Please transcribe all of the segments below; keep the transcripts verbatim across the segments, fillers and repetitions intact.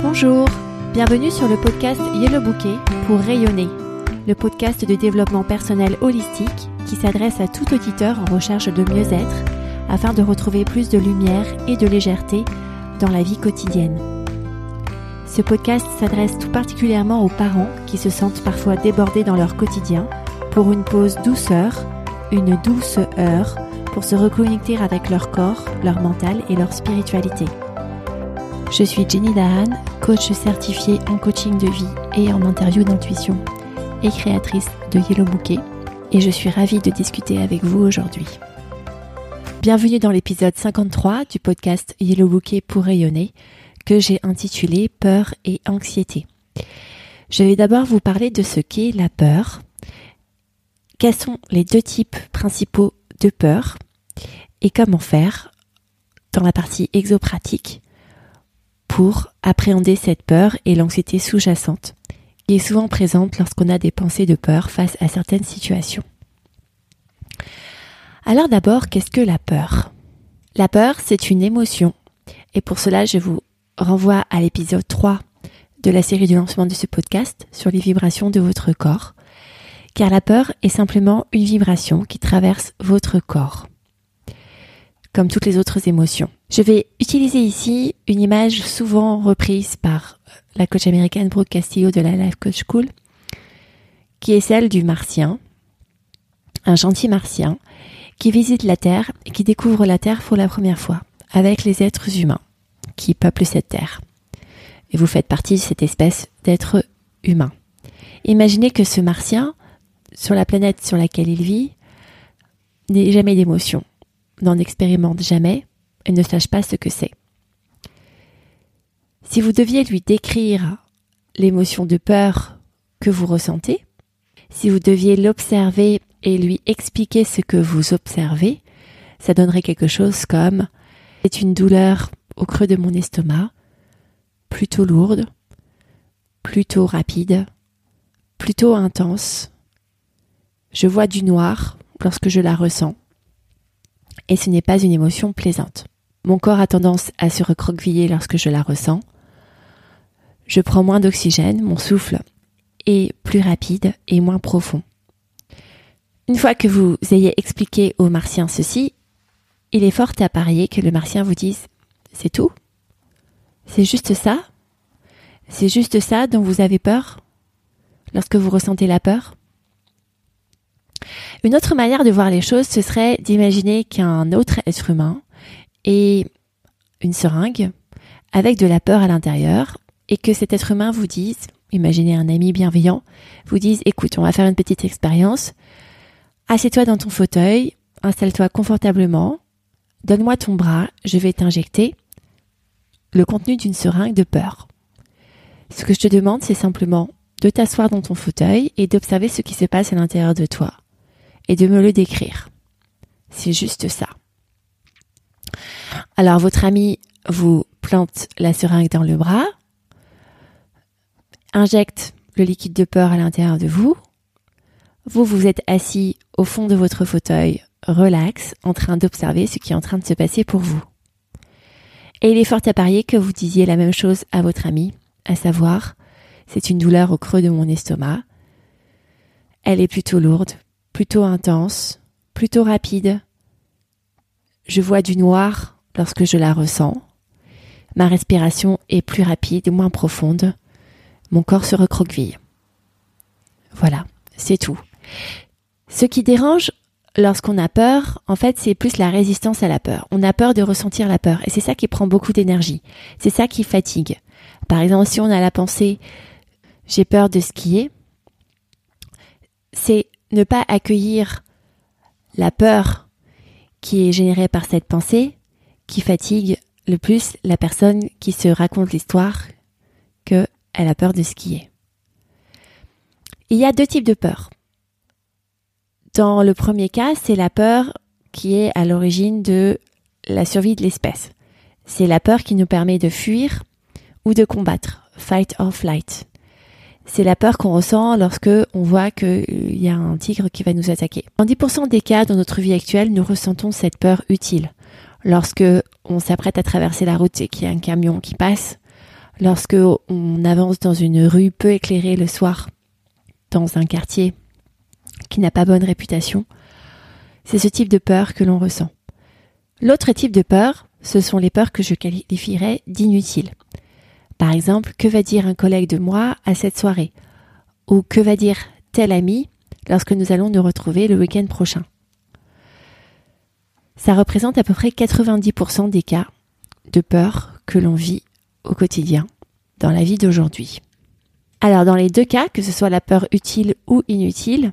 Bonjour, bienvenue sur le podcast Yellow Bouquet pour rayonner, le podcast de développement personnel holistique qui s'adresse à tout auditeur en recherche de mieux-être afin de retrouver plus de lumière et de légèreté dans la vie quotidienne. Ce podcast s'adresse tout particulièrement aux parents qui se sentent parfois débordés dans leur quotidien pour une pause douceur, une douce heure pour se reconnecter avec leur corps, leur mental et leur spiritualité. Je suis Jenny Dahan, coach certifiée en coaching de vie et en interview d'intuition et créatrice de Yellow Bouquet, et je suis ravie de discuter avec vous aujourd'hui. Bienvenue dans l'épisode cinquante-trois du podcast Yellow Bouquet pour rayonner, que j'ai intitulé Peur et anxiété. Je vais d'abord vous parler de ce qu'est la peur, quels sont les deux types principaux de peur et comment faire dans la partie exopratique pour appréhender cette peur et l'anxiété sous-jacente qui est souvent présente lorsqu'on a des pensées de peur face à certaines situations. Alors d'abord, qu'est-ce que la peur ? La peur, c'est une émotion et pour cela, je vous renvoie à l'épisode trois de la série de lancement de ce podcast sur les vibrations de votre corps, car la peur est simplement une vibration qui traverse votre corps, comme toutes les autres émotions. Je vais utiliser ici une image souvent reprise par la coach américaine Brooke Castillo de la Life Coach School, qui est celle du martien, un gentil martien qui visite la Terre et qui découvre la Terre pour la première fois avec les êtres humains qui peuplent cette Terre. Et vous faites partie de cette espèce d'êtres humains. Imaginez que ce martien, sur la planète sur laquelle il vit, n'ait jamais d'émotion, n'en expérimente jamais et ne sache pas ce que c'est. Si vous deviez lui décrire l'émotion de peur que vous ressentez, si vous deviez l'observer et lui expliquer ce que vous observez, ça donnerait quelque chose comme « c'est une douleur au creux de mon estomac, plutôt lourde, plutôt rapide, plutôt intense. Je vois du noir lorsque je la ressens. Et ce n'est pas une émotion plaisante. Mon corps a tendance à se recroqueviller lorsque je la ressens. Je prends moins d'oxygène, mon souffle est plus rapide et moins profond. » Une fois que vous ayez expliqué au martien ceci, il est fort à parier que le martien vous dise « c'est tout ? C'est juste ça ? C'est juste ça dont vous avez peur lorsque vous ressentez la peur ?» Une autre manière de voir les choses, ce serait d'imaginer qu'un autre être humain ait une seringue avec de la peur à l'intérieur et que cet être humain vous dise, imaginez un ami bienveillant, vous dise « écoute, on va faire une petite expérience, assieds-toi dans ton fauteuil, installe-toi confortablement, donne-moi ton bras, je vais t'injecter le contenu d'une seringue de peur. Ce que je te demande, c'est simplement de t'asseoir dans ton fauteuil et d'observer ce qui se passe à l'intérieur de toi. Et de me le décrire. C'est juste ça. » Alors votre ami vous plante la seringue dans le bras, injecte le liquide de peur à l'intérieur de vous. Vous, vous êtes assis au fond de votre fauteuil, relax, en train d'observer ce qui est en train de se passer pour vous. Et il est fort à parier que vous disiez la même chose à votre ami, à savoir, c'est une douleur au creux de mon estomac. Elle est plutôt lourde, plutôt intense, plutôt rapide. Je vois du noir lorsque je la ressens. Ma respiration est plus rapide, moins profonde. Mon corps se recroqueville. Voilà, c'est tout. Ce qui dérange lorsqu'on a peur, en fait, c'est plus la résistance à la peur. On a peur de ressentir la peur et c'est ça qui prend beaucoup d'énergie. C'est ça qui fatigue. Par exemple, si on a la pensée « j'ai peur de skier », c'est ne pas accueillir la peur qui est générée par cette pensée qui fatigue le plus la personne qui se raconte l'histoire qu'elle a peur de skier. Il y a deux types de peur. Dans le premier cas, c'est la peur qui est à l'origine de la survie de l'espèce. C'est la peur qui nous permet de fuir ou de combattre, fight or flight. C'est la peur qu'on ressent lorsque on voit qu'il y a un tigre qui va nous attaquer. En dix pour cent des cas dans notre vie actuelle, nous ressentons cette peur utile. Lorsque on s'apprête à traverser la route et qu'il y a un camion qui passe, lorsque on avance dans une rue peu éclairée le soir, dans un quartier qui n'a pas bonne réputation, c'est ce type de peur que l'on ressent. L'autre type de peur, ce sont les peurs que je qualifierais d'inutiles. Par exemple, que va dire un collègue de moi à cette soirée? Ou que va dire tel ami lorsque nous allons nous retrouver le week-end prochain? Ça représente à peu près quatre-vingt-dix pour cent des cas de peur que l'on vit au quotidien, dans la vie d'aujourd'hui. Alors, dans les deux cas, que ce soit la peur utile ou inutile,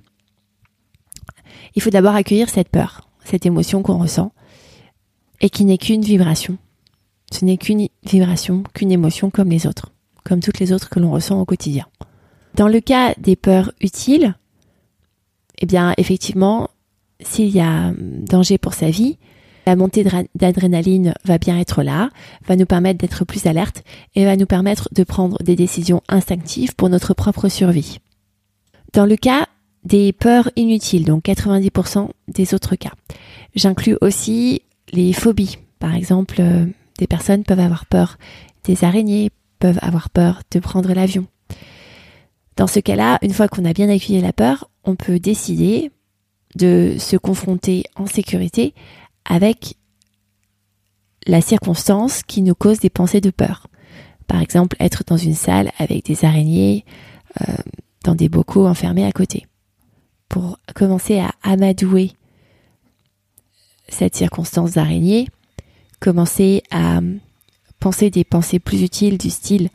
il faut d'abord accueillir cette peur, cette émotion qu'on ressent, et qui n'est qu'une vibration. Ce n'est qu'une vibration, qu'une émotion comme les autres, comme toutes les autres que l'on ressent au quotidien. Dans le cas des peurs utiles, eh bien, effectivement, s'il y a danger pour sa vie, la montée d'adrénaline va bien être là, va nous permettre d'être plus alerte et va nous permettre de prendre des décisions instinctives pour notre propre survie. Dans le cas des peurs inutiles, donc quatre-vingt-dix pour cent des autres cas, j'inclus aussi les phobies. Par exemple, euh, des personnes peuvent avoir peur des araignées, peuvent avoir peur de prendre l'avion. Dans ce cas-là, une fois qu'on a bien accueilli la peur, on peut décider de se confronter en sécurité avec la circonstance qui nous cause des pensées de peur. Par exemple, être dans une salle avec des araignées, euh, dans des bocaux enfermés à côté. Pour commencer à amadouer cette circonstance d'araignée, commencer à penser des pensées plus utiles du style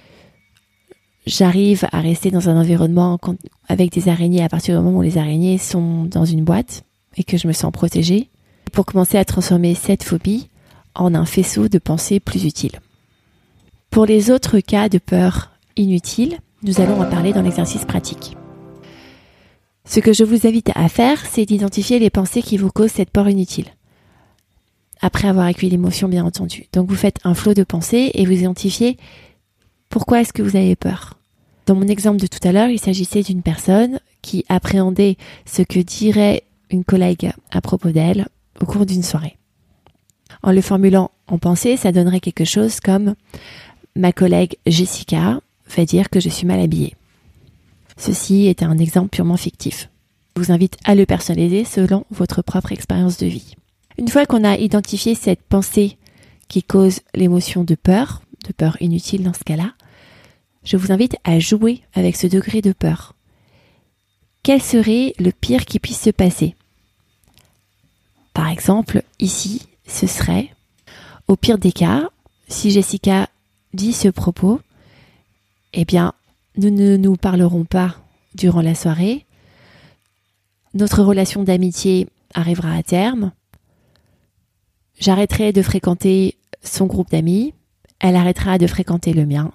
j'arrive à rester dans un environnement avec des araignées à partir du moment où les araignées sont dans une boîte et que je me sens protégée, pour commencer à transformer cette phobie en un faisceau de pensées plus utiles. Pour les autres cas de peur inutile, nous allons en parler dans l'exercice pratique. Ce que je vous invite à faire, c'est d'identifier les pensées qui vous causent cette peur inutile. Après avoir accueilli l'émotion, bien entendu. Donc vous faites un flot de pensées et vous identifiez pourquoi est-ce que vous avez peur. Dans mon exemple de tout à l'heure, il s'agissait d'une personne qui appréhendait ce que dirait une collègue à propos d'elle au cours d'une soirée. En le formulant en pensée, ça donnerait quelque chose comme « Ma collègue Jessica va dire que je suis mal habillée ». Ceci est un exemple purement fictif. Je vous invite à le personnaliser selon votre propre expérience de vie. Une fois qu'on a identifié cette pensée qui cause l'émotion de peur, de peur inutile dans ce cas-là, je vous invite à jouer avec ce degré de peur. Quel serait le pire qui puisse se passer? Par exemple, ici, ce serait, au pire des cas, si Jessica dit ce propos, eh bien, nous ne nous parlerons pas durant la soirée, notre relation d'amitié arrivera à terme, j'arrêterai de fréquenter son groupe d'amis, elle arrêtera de fréquenter le mien,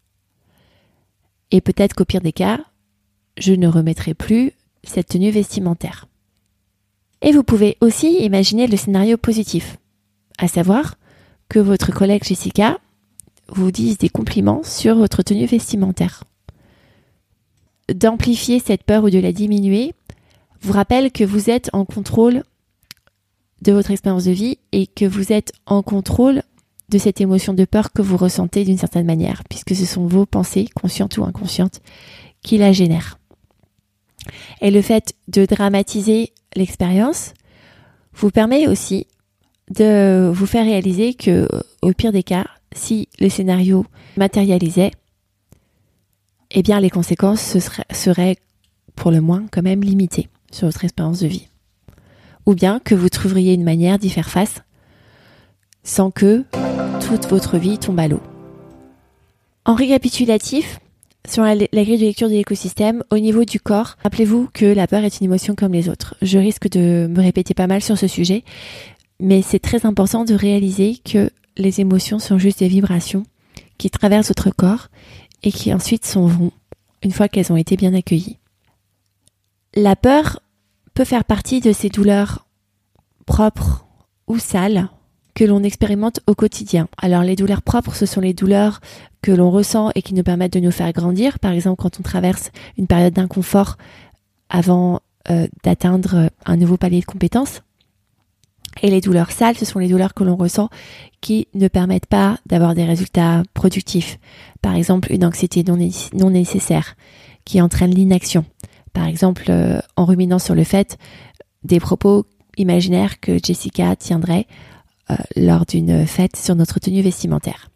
et peut-être qu'au pire des cas, je ne remettrai plus cette tenue vestimentaire. Et vous pouvez aussi imaginer le scénario positif, à savoir que votre collègue Jessica vous dise des compliments sur votre tenue vestimentaire. D'amplifier cette peur ou de la diminuer vous rappelle que vous êtes en contrôle de votre expérience de vie et que vous êtes en contrôle de cette émotion de peur que vous ressentez d'une certaine manière, puisque ce sont vos pensées, conscientes ou inconscientes, qui la génèrent. Et le fait de dramatiser l'expérience vous permet aussi de vous faire réaliser que, au pire des cas, si le scénario matérialisait, eh bien les conséquences ce serait, seraient pour le moins quand même limitées sur votre expérience de vie. Ou bien que vous trouveriez une manière d'y faire face sans que toute votre vie tombe à l'eau. En récapitulatif, sur la, la grille de lecture de l'écosystème, au niveau du corps, rappelez-vous que la peur est une émotion comme les autres. Je risque de me répéter pas mal sur ce sujet, mais c'est très important de réaliser que les émotions sont juste des vibrations qui traversent votre corps et qui ensuite s'en vont une fois qu'elles ont été bien accueillies. La peur peut faire partie de ces douleurs propres ou sales que l'on expérimente au quotidien. Alors les douleurs propres, ce sont les douleurs que l'on ressent et qui nous permettent de nous faire grandir. Par exemple, quand on traverse une période d'inconfort avant euh, d'atteindre un nouveau palier de compétences. Et les douleurs sales, ce sont les douleurs que l'on ressent qui ne permettent pas d'avoir des résultats productifs. Par exemple, une anxiété non, né- non nécessaire qui entraîne l'inaction. Par exemple, euh, en ruminant sur le fait des propos imaginaires que Jessica tiendrait euh, lors d'une fête sur notre tenue vestimentaire.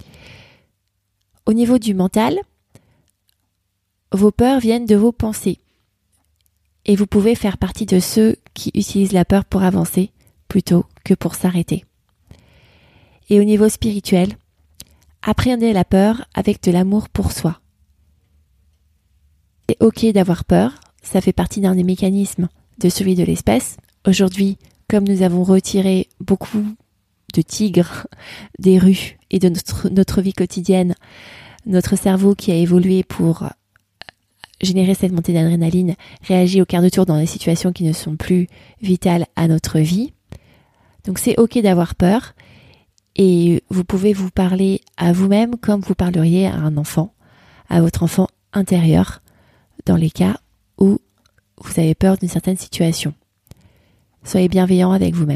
Au niveau du mental, vos peurs viennent de vos pensées. Et vous pouvez faire partie de ceux qui utilisent la peur pour avancer plutôt que pour s'arrêter. Et au niveau spirituel, appréhendez la peur avec de l'amour pour soi. C'est ok d'avoir peur, ça fait partie d'un des mécanismes de survie de l'espèce. Aujourd'hui, comme nous avons retiré beaucoup de tigres des rues et de notre, notre vie quotidienne, notre cerveau qui a évolué pour générer cette montée d'adrénaline réagit au quart de tour dans des situations qui ne sont plus vitales à notre vie. Donc c'est ok d'avoir peur et vous pouvez vous parler à vous-même comme vous parleriez à un enfant, à votre enfant intérieur, dans les cas où vous avez peur d'une certaine situation. Soyez bienveillant avec vous-même.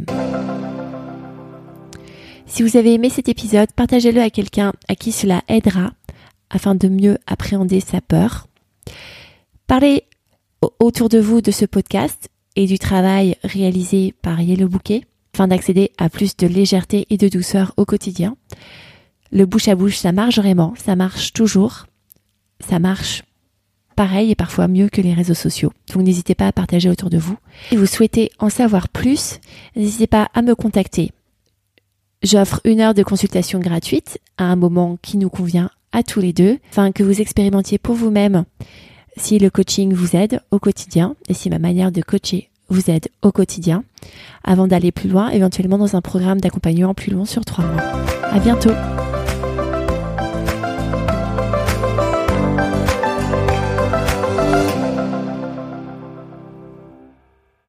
Si vous avez aimé cet épisode, partagez-le à quelqu'un à qui cela aidera afin de mieux appréhender sa peur. Parlez autour de vous de ce podcast et du travail réalisé par Yellow Bouquet afin d'accéder à plus de légèreté et de douceur au quotidien. Le bouche à bouche, ça marche vraiment, ça marche toujours, ça marche pareil et parfois mieux que les réseaux sociaux. Donc n'hésitez pas à partager autour de vous. Si vous souhaitez en savoir plus, n'hésitez pas à me contacter. J'offre une heure de consultation gratuite à un moment qui nous convient à tous les deux, afin que vous expérimentiez pour vous-même si le coaching vous aide au quotidien et si ma manière de coacher vous aide au quotidien, avant d'aller plus loin, éventuellement dans un programme d'accompagnement plus long sur trois mois. À bientôt!